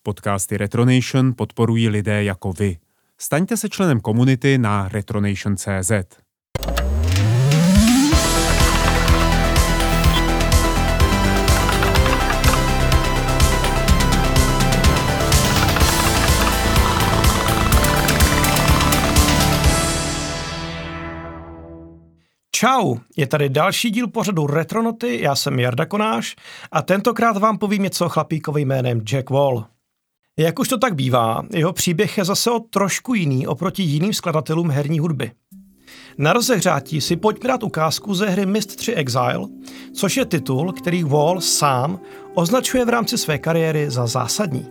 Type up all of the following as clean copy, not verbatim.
Podcasty Retronation podporují lidé jako vy. Staňte se členem komunity na retronation.cz. Čau, je tady další díl pořadu Retronoty, já jsem Jarda Konáš a tentokrát vám povím něco o chlapíkovi jménem Jack Wall. Jak už to tak bývá, jeho příběh je zase o trošku jiný oproti jiným skladatelům herní hudby. Na rozehřátí si pojďme dát ukázku ze hry Myst 3 Exile, což je titul, který Wall sám označuje v rámci své kariéry za zásadní.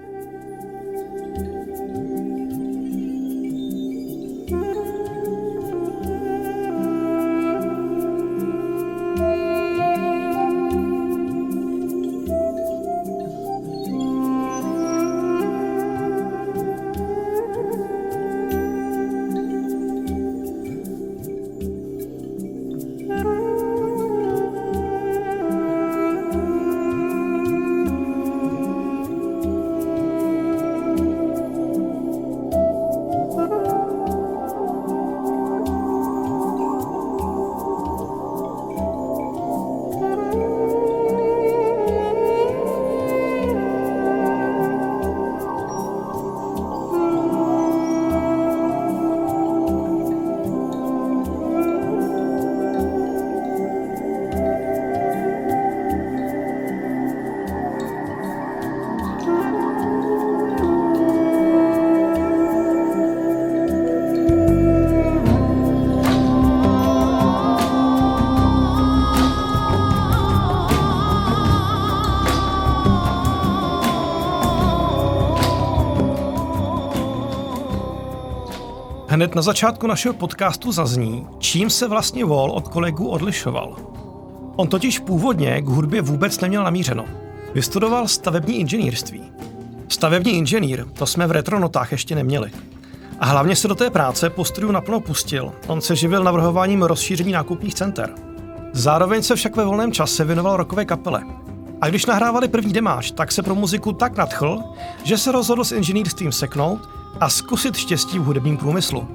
Hned na začátku našeho podcastu zazní, čím se vlastně Wall od kolegů odlišoval. On totiž původně k hudbě vůbec neměl namířeno. Vystudoval stavební inženýrství. Stavební inženýr, to jsme v Retronotách ještě neměli. A hlavně se do té práce po studiu naplno pustil. On se živil navrhováním rozšíření nákupních center. Zároveň se však ve volném čase věnoval rockové kapele. A když nahrávali první demáž, tak se pro muziku tak nadchl, že se rozhodl s inženýrstvím seknout a zkusit štěstí v hudebním průmyslu.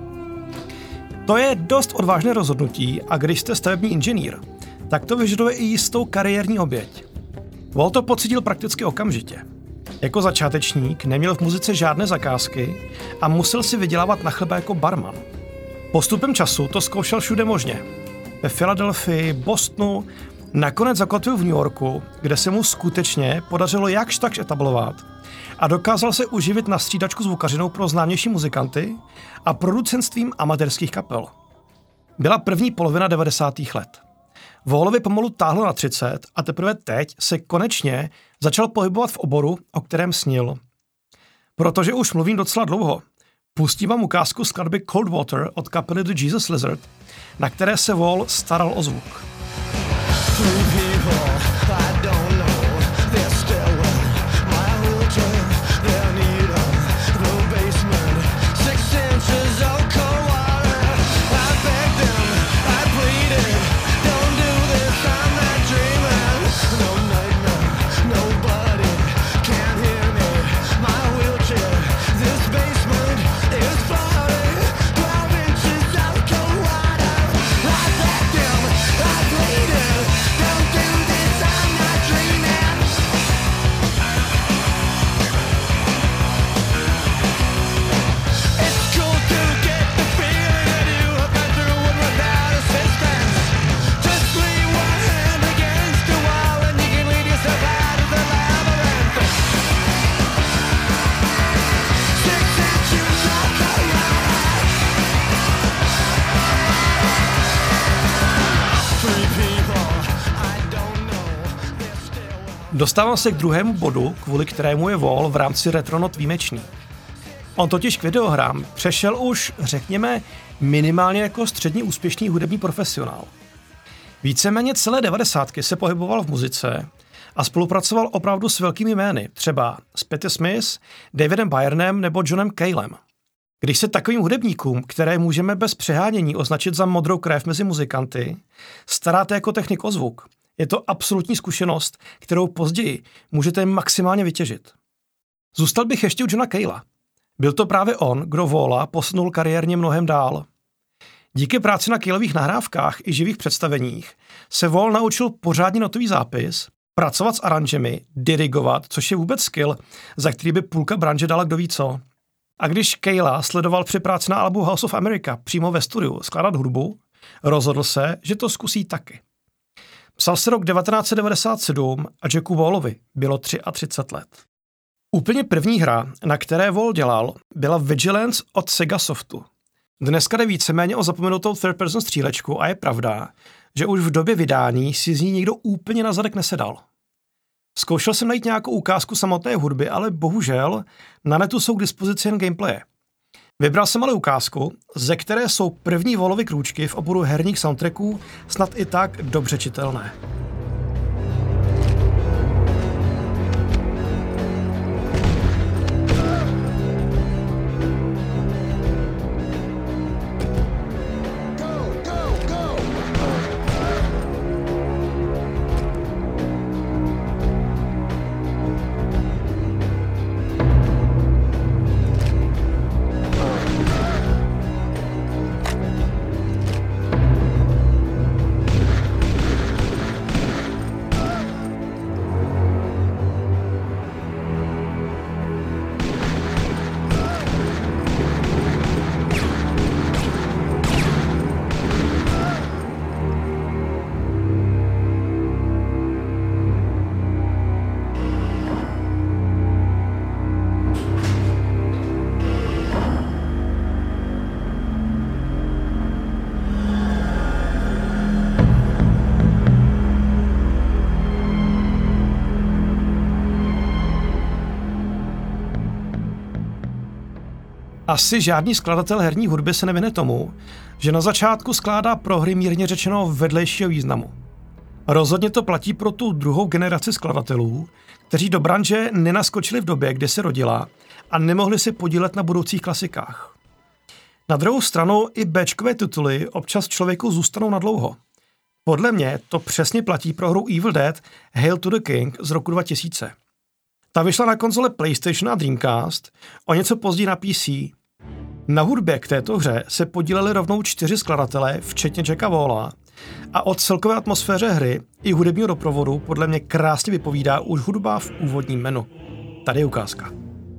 To je dost odvážné rozhodnutí a když jste stavební inženýr, tak to vyžaduje i jistou kariérní oběť. Wall to pocítil prakticky okamžitě. Jako začátečník neměl v muzice žádné zakázky a musel si vydělávat na chleba jako barman. Postupem času to zkoušel všude možně. Ve Filadelfii, Bostonu, nakonec zakotvil v New Yorku, kde se mu skutečně podařilo jakž takž etablovat a dokázal se uživit na střídačku zvukařinou pro známější muzikanty a producentstvím amatérských kapel. Byla první polovina 90. let. Wallovi pomalu táhlo na 30 a teprve teď se konečně začal pohybovat v oboru, o kterém snil. Protože už mluvím docela dlouho, pustím vám ukázku skladby Cold Water od kapely The Jesus Lizard, na které se Wall staral o zvuk. Dostávám se k druhému bodu, kvůli kterému je Wall v rámci Retronot výjimečný. On totiž k videohrám přešel už, řekněme, minimálně jako středně úspěšný hudební profesionál. Víceméně celé 90. se pohyboval v muzice a spolupracoval opravdu s velkými jmény, třeba s Patti Smith, Davidem Byrnem nebo Johnem Calem. Když se takovým hudebníkům, které můžeme bez přehánění označit za modrou krev mezi muzikanty, staráte jako technik o zvuk, je to absolutní zkušenost, kterou později můžete maximálně vytěžit. Zůstal bych ještě u Johna Cale'a. Byl to právě on, kdo Walla posunul kariérně mnohem dál. Díky práci na Caleových nahrávkách i živých představeních se Wall naučil pořádně notový zápis, pracovat s aranžemi, dirigovat, což je vůbec skill, za který by půlka branže dala kdo ví co. A když Calea sledoval při práci na albu House of America přímo ve studiu skládat hudbu, rozhodl se, že to zkusí taky. Psal se rok 1997 a Jacku Wallovi bylo 33 let. Úplně první hra, na které Wall dělal, byla Vigilance od Sega Softu. Dneska jde víceméně o zapomenutou third-person střílečku a je pravda, že už v době vydání si z ní někdo úplně na zadek nesedal. Zkoušel jsem najít nějakou ukázku samotné hudby, ale bohužel na netu jsou k dispozici jen gameplaye. Vybral jsem ale ukázku, ze které jsou první Wallovy krůčky v oboru herních soundtracků snad i tak dobře čitelné. Asi žádný skladatel herní hudby se nevyhne tomu, že na začátku skládá pro hry mírně řečeno vedlejšího významu. Rozhodně to platí pro tu druhou generaci skladatelů, kteří do branže nenaskočili v době, kdy se rodila a nemohli si podílet na budoucích klasikách. Na druhou stranu i béčkové tituly občas člověku zůstanou nadlouho. Podle mě to přesně platí pro hru Evil Dead Hail to the King z roku 2000. Ta vyšla na konzole PlayStation a Dreamcast, o něco později na PC. Na hudbě k této hře se podíleli rovnou 4 skladatelé, včetně Jacka Walla, a o celkové atmosféře hry i hudebního doprovodu podle mě krásně vypovídá už hudba v úvodním menu. Tady je ukázka.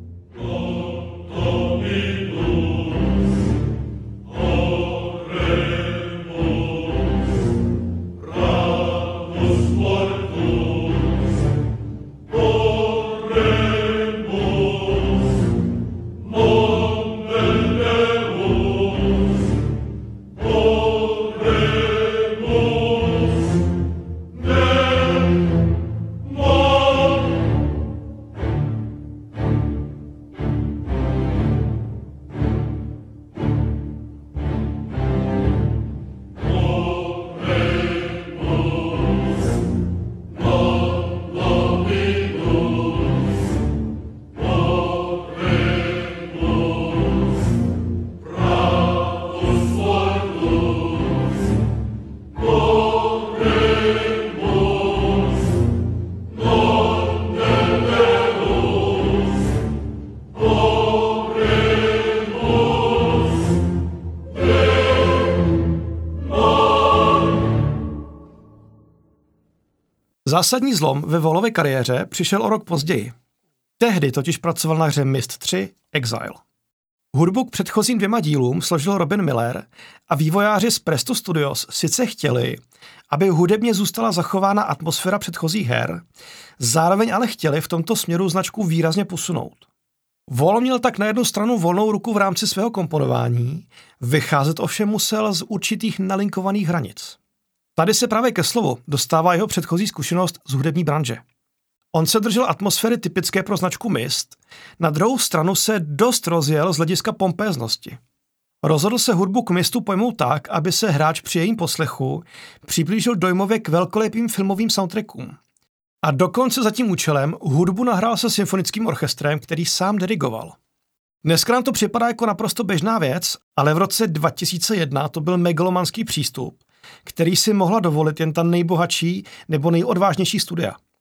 Zásadní zlom ve Wallově kariéře přišel o rok později. Tehdy totiž pracoval na hře Myst 3 Exile. Hudbu k předchozím 2 dílům složil Robin Miller a vývojáři z Presto Studios sice chtěli, aby hudebně zůstala zachována atmosféra předchozích her, zároveň ale chtěli v tomto směru značku výrazně posunout. Wall měl tak na jednu stranu volnou ruku v rámci svého komponování, vycházet ovšem musel z určitých nalinkovaných hranic. Tady se právě ke slovu dostává jeho předchozí zkušenost z hudební branže. On se držel atmosféry typické pro značku Myst, na druhou stranu se dost rozjel z hlediska pompéznosti. Rozhodl se hudbu k Mystu pojmout tak, aby se hráč při jejím poslechu přiblížil dojmově k velkolepým filmovým soundtrackům. A dokonce za tím účelem hudbu nahrál se symfonickým orchestrem, který sám dirigoval. Dneska nám to připadá jako naprosto běžná věc, ale v roce 2001 to byl megalomanský přístup, který si mohla dovolit jen ta nejbohatší nebo nejodvážnější studia.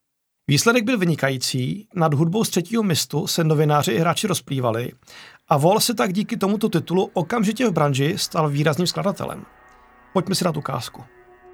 Výsledek byl vynikající, nad hudbou z třetího mistu se novináři i hráči rozplývali a Wall se tak díky tomuto titulu okamžitě v branži stal výrazným skladatelem. Pojďme si dát ukázku.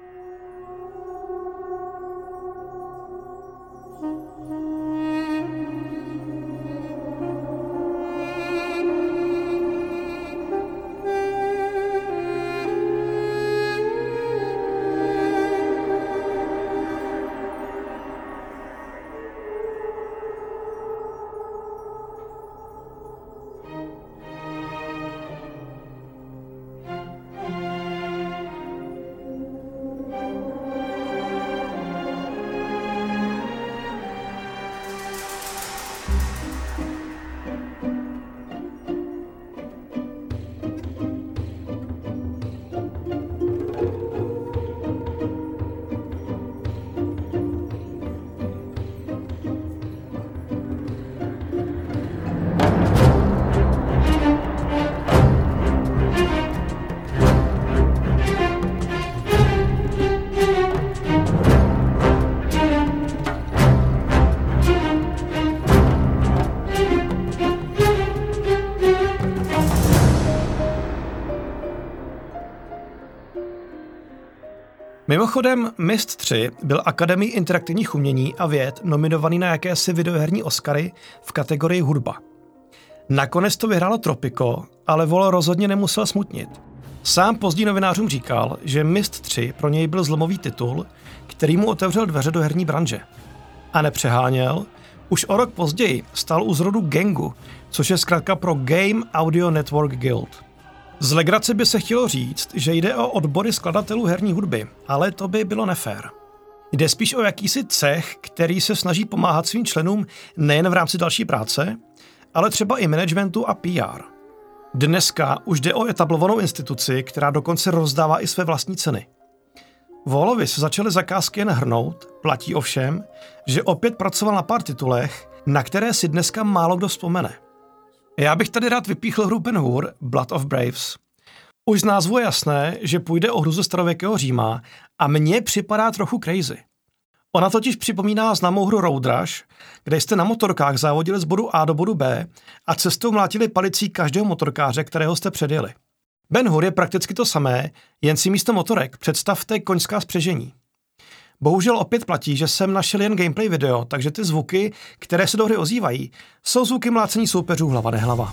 Mimochodem, Myst 3 byl Akademií interaktivních umění a věd nominovaný na jakési videoherní Oscary v kategorii hudba. Nakonec to vyhrálo Tropico, ale Wall rozhodně nemusel smutnit. Sám později novinářům říkal, že Myst 3 pro něj byl zlomový titul, který mu otevřel dveře do herní branže. A nepřeháněl, už o rok později stál u zrodu Gangu, což je zkratka pro Game Audio Network Guild. Z legrace by se chtělo říct, že jde o odbory skladatelů herní hudby, ale to by bylo nefér. Jde spíš o jakýsi cech, který se snaží pomáhat svým členům nejen v rámci další práce, ale třeba i managementu a PR. Dneska už jde o etablovanou instituci, která dokonce rozdává i své vlastní ceny. Wallovi se začaly zakázky jen hrnout, platí ovšem, že opět pracoval na pár titulech, na které si dneska málo kdo vzpomene. Já bych tady rád vypíchl hru Ben-Hur, Blood of Braves. Už z názvu je jasné, že půjde o hru ze starověkého Říma a mně připadá trochu crazy. Ona totiž připomíná známou hru Road Rush, kde jste na motorkách závodili z bodu A do bodu B a cestou mlátili palicí každého motorkáře, kterého jste předjeli. Ben-Hur je prakticky to samé, jen si místo motorek představte koňská spřežení. Bohužel opět platí, že jsem našel jen gameplay video, takže ty zvuky, které se do hry ozývají, jsou zvuky mlácení soupeřů hlava nehlava.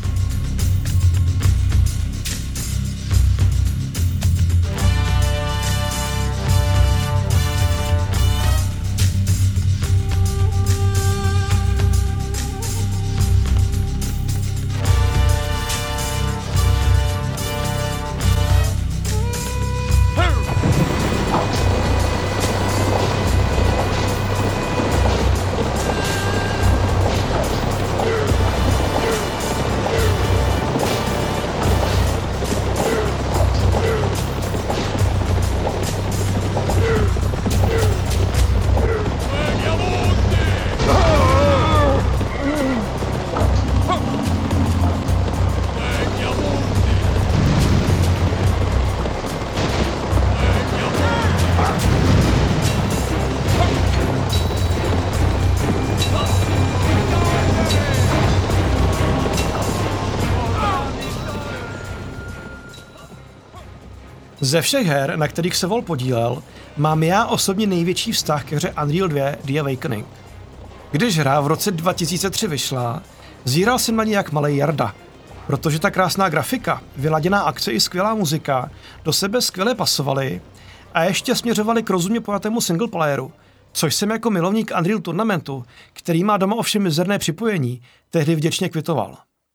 Ze všech her, na kterých se Wall podílel, mám já osobně největší vztah ke hře Unreal 2 The Awakening. Když hra v roce 2003 vyšla, zíral jsem na ní jak malej Jarda, protože ta krásná grafika, vyladěná akce i skvělá muzika do sebe skvěle pasovaly a ještě směřovaly k rozumně pojatému singleplayeru, což jsem jako milovník Unreal Tournamentu, který má doma ovšem mizerné připojení, tehdy vděčně kvitoval.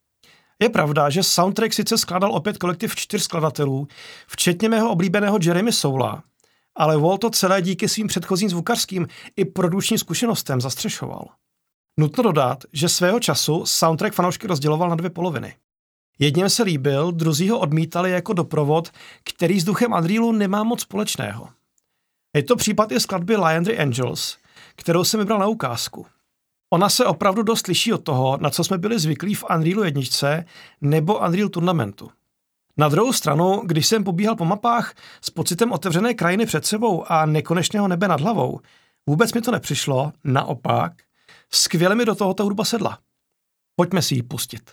Je pravda, že soundtrack sice skládal opět kolektiv 4 skladatelů, včetně mého oblíbeného Jeremy Soula, ale Wall to celé díky svým předchozím zvukařským i produkčním zkušenostem zastřešoval. Nutno dodat, že svého času soundtrack fanoušky rozděloval na 2 poloviny. Jedním se líbil, druzí ho odmítali jako doprovod, který s duchem Unrealu nemá moc společného. Je to případ i skladby Legendary Angels, kterou jsem vybral na ukázku. Ona se opravdu dost liší od toho, na co jsme byli zvyklí v Unrealu 1 nebo Unreal Tournamentu. Na druhou stranu, když jsem pobíhal po mapách s pocitem otevřené krajiny před sebou a nekonečného nebe nad hlavou, Vůbec mi to nepřišlo, naopak, skvěle mi do toho ta hudba sedla. Pojďme si ji pustit.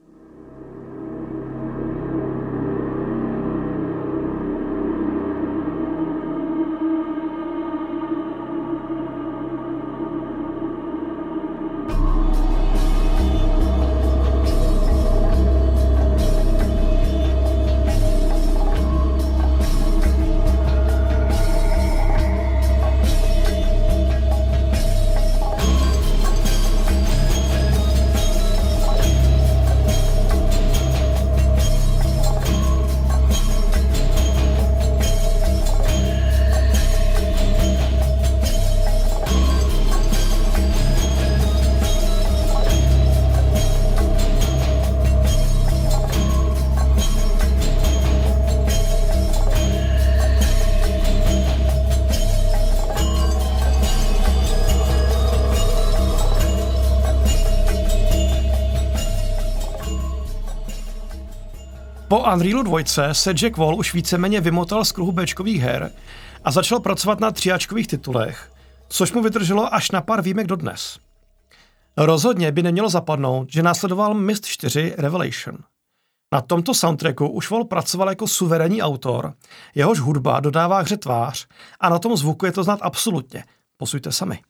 Po Unrealu 2 se Jack Wall už víceméně vymotal z kruhu Bčkových her a začal pracovat na 3áčkových titulech, což mu vydrželo až na pár výjimek dodnes. Rozhodně by nemělo zapadnout, že následoval Myst 4 Revelation. Na tomto soundtracku už Wall pracoval jako suverénní autor, jehož hudba dodává hře tvář a na tom zvuku je to znát absolutně. Posuďte sami.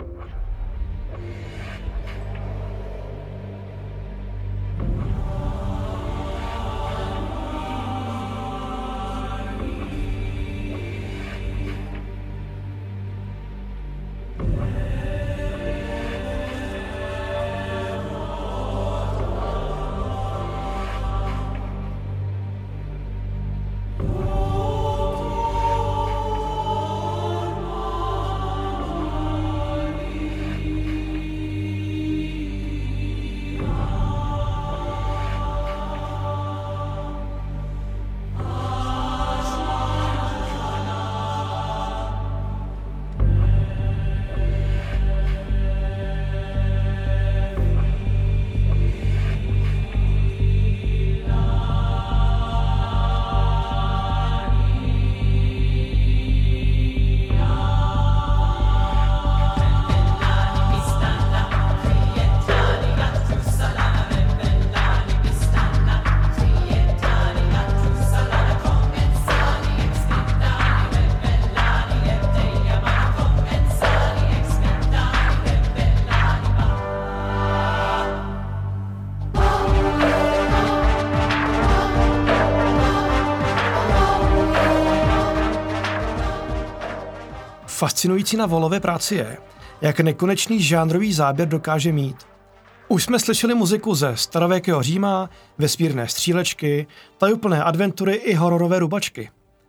Fascinující na Wallově práci je, jak nekonečný žánrový záběr dokáže mít. Už jsme slyšeli muziku ze starověkého Říma, vesmírné střílečky, tajuplné adventury i hororové rubačky.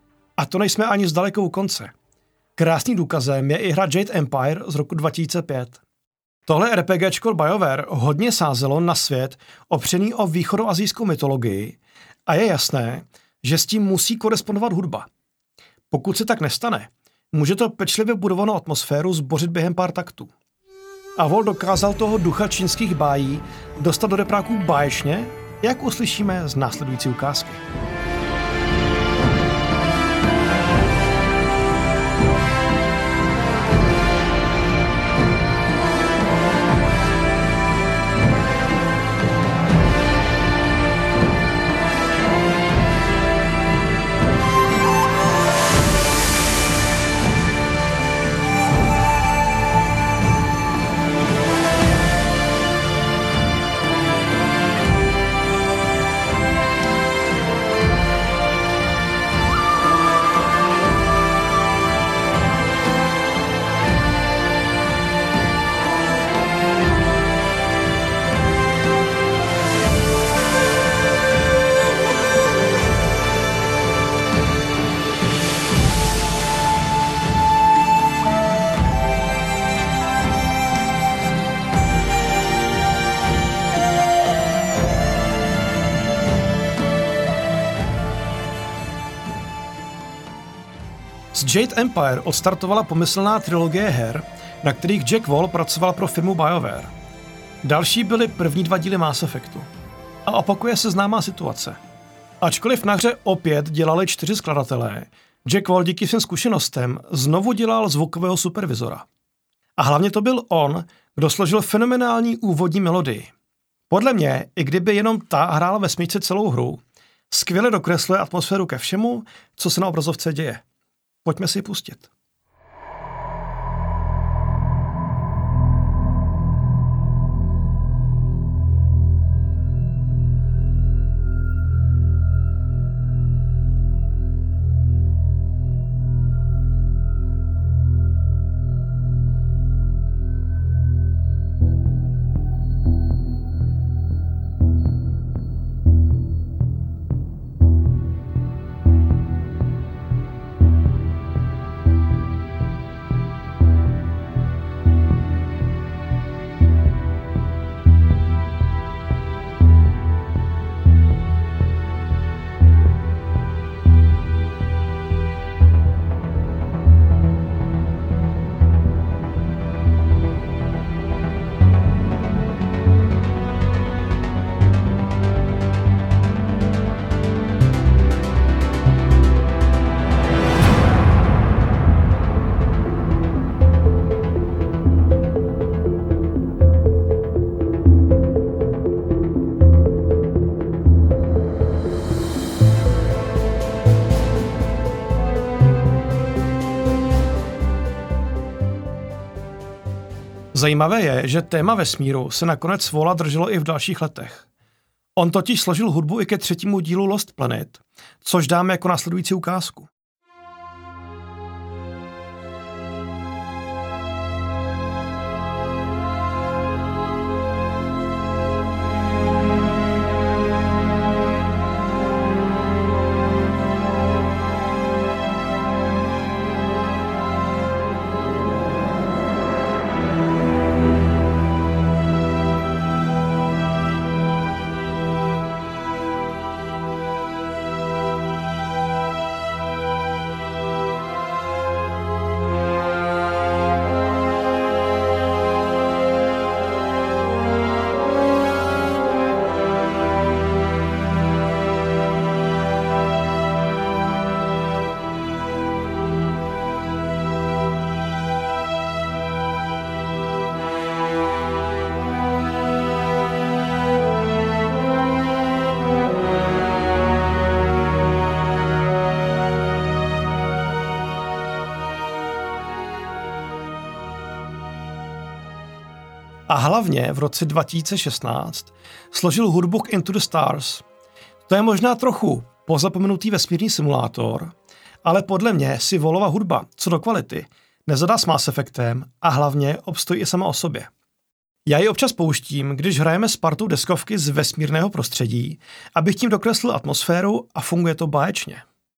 A to nejsme ani zdaleka u konce. Krásným důkazem je i hra Jade Empire z roku 2005. Tohle RPGčko BioWare hodně sázelo na svět opřený o východoasijskou mytologii a je jasné, že s tím musí korespondovat hudba. Pokud se tak nestane, může to pečlivě budovanou atmosféru zbořit během pár taktů. A Wall dokázal toho ducha čínských bájí dostat do repráků báječně, jak uslyšíme z následující ukázky. Z Jade Empire odstartovala pomyslná trilogie her, na kterých Jack Wall pracoval pro firmu BioWare. Další byly první 2 díly Mass Effectu. A opakuje se známá situace. Ačkoliv na hře opět dělali 4 skladatelé, Jack Wall díky svým zkušenostem znovu dělal zvukového supervizora. A hlavně to byl on, kdo složil fenomenální úvodní melodii. Podle mě, i kdyby jenom ta hrála ve smyčce celou hru, skvěle dokresluje atmosféru ke všemu, co se na obrazovce děje. Pojďme si ji pustit. Zajímavé je, že téma vesmíru se nakonec Walla drželo i v dalších letech. On totiž složil hudbu i ke 3. dílu Lost Planet, což dáme jako následující ukázku. A hlavně v roce 2016 složil hudbu k Into the Stars. To je možná trochu pozapomenutý vesmírný simulátor, ale podle mě si Wallova hudba, co do kvality, nezadá s Mass Effectem a hlavně obstojí i sama o sobě. Já ji občas pouštím, když hrajeme s partou deskovky z vesmírného prostředí, abych tím dokreslil atmosféru a funguje to báječně.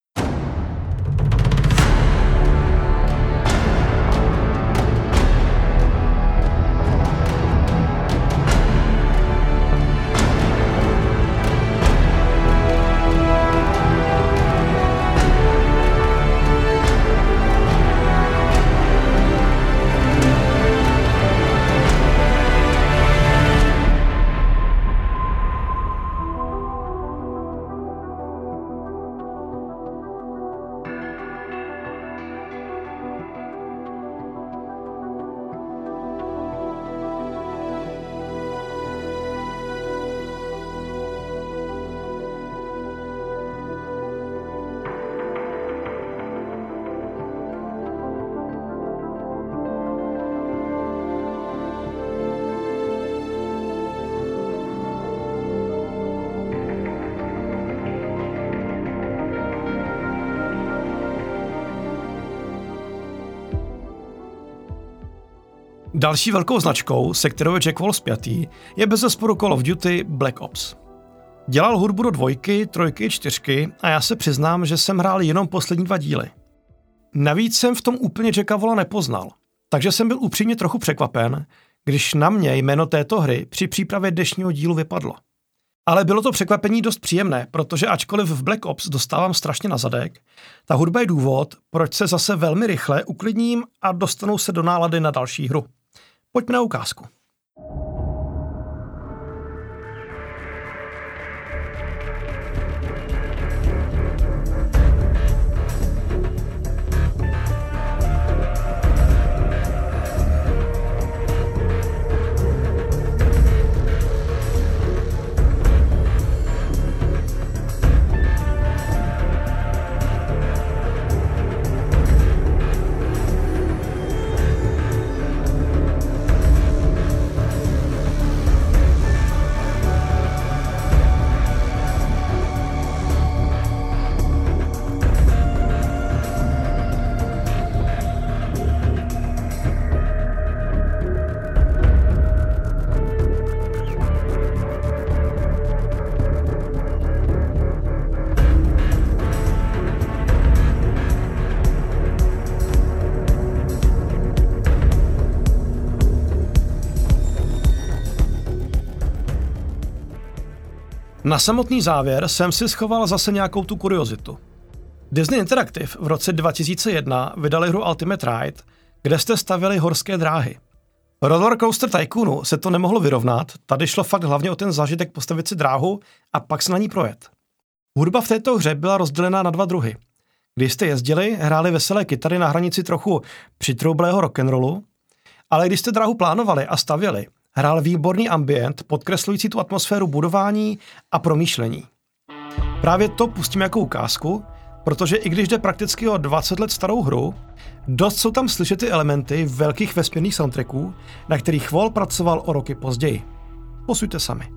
Další velkou značkou, se kterou je Jack Wall spjatý, je bezesporu Call of Duty Black Ops. Dělal hudbu do 2, 3, 4 a já se přiznám, že jsem hrál jenom poslední 2 díly. Navíc jsem v tom úplně Jacka Walla nepoznal, takže jsem byl upřímně trochu překvapen, když na mě jméno této hry při přípravě dnešního dílu vypadlo. Ale bylo to překvapení dost příjemné, protože ačkoliv v Black Ops dostávám strašně na zadek, ta hudba je důvod, proč se zase velmi rychle uklidním a dostanu se do nálady na další hru. Pojďme na ukázku. Na samotný závěr jsem si schoval zase nějakou tu kuriozitu. Disney Interactive v roce 2001 vydali hru Ultimate Ride, kde jste stavěli horské dráhy. Roller Coaster Tycoonu se to nemohlo vyrovnat, tady šlo fakt hlavně o ten zážitek postavit si dráhu a pak se na ní projet. Hudba v této hře byla rozdělená na 2 druhy. Když jste jezdili, hráli veselé kytary na hranici trochu přitroublého rock'n'rollu, ale když jste dráhu plánovali a stavěli, hrál výborný ambient, podkreslující tu atmosféru budování a promýšlení. Právě to pustím jako ukázku, protože i když jde prakticky o 20 let starou hru, dost jsou tam slyšet ty elementy velkých vesmírných soundtracků, na kterých Wall pracoval o roky později. Posuďte sami.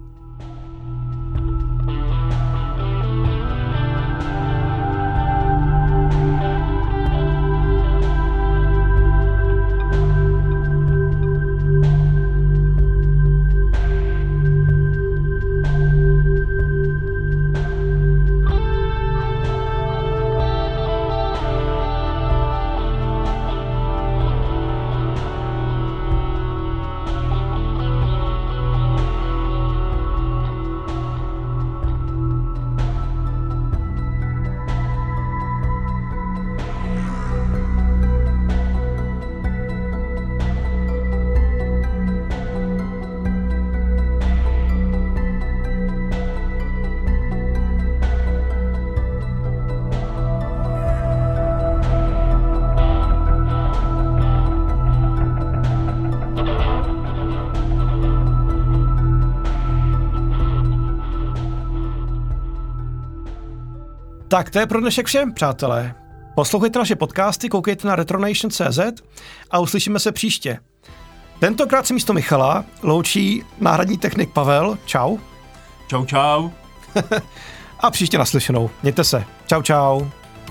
Tak to je pro dnešek všem, přátelé. Poslouchejte naše podcasty, koukejte na retronation.cz a uslyšíme se příště. Tentokrát se místo Michala loučí náhradní technik Pavel. Čau. Čau, čau. A příště naslyšenou. Mějte se. Čau, čau.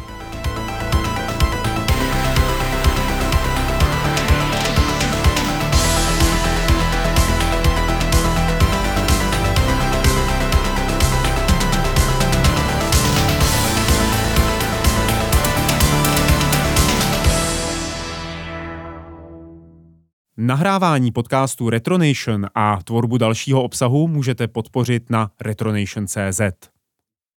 Nahrávání podcastu Retronation a tvorbu dalšího obsahu můžete podpořit na retronation.cz.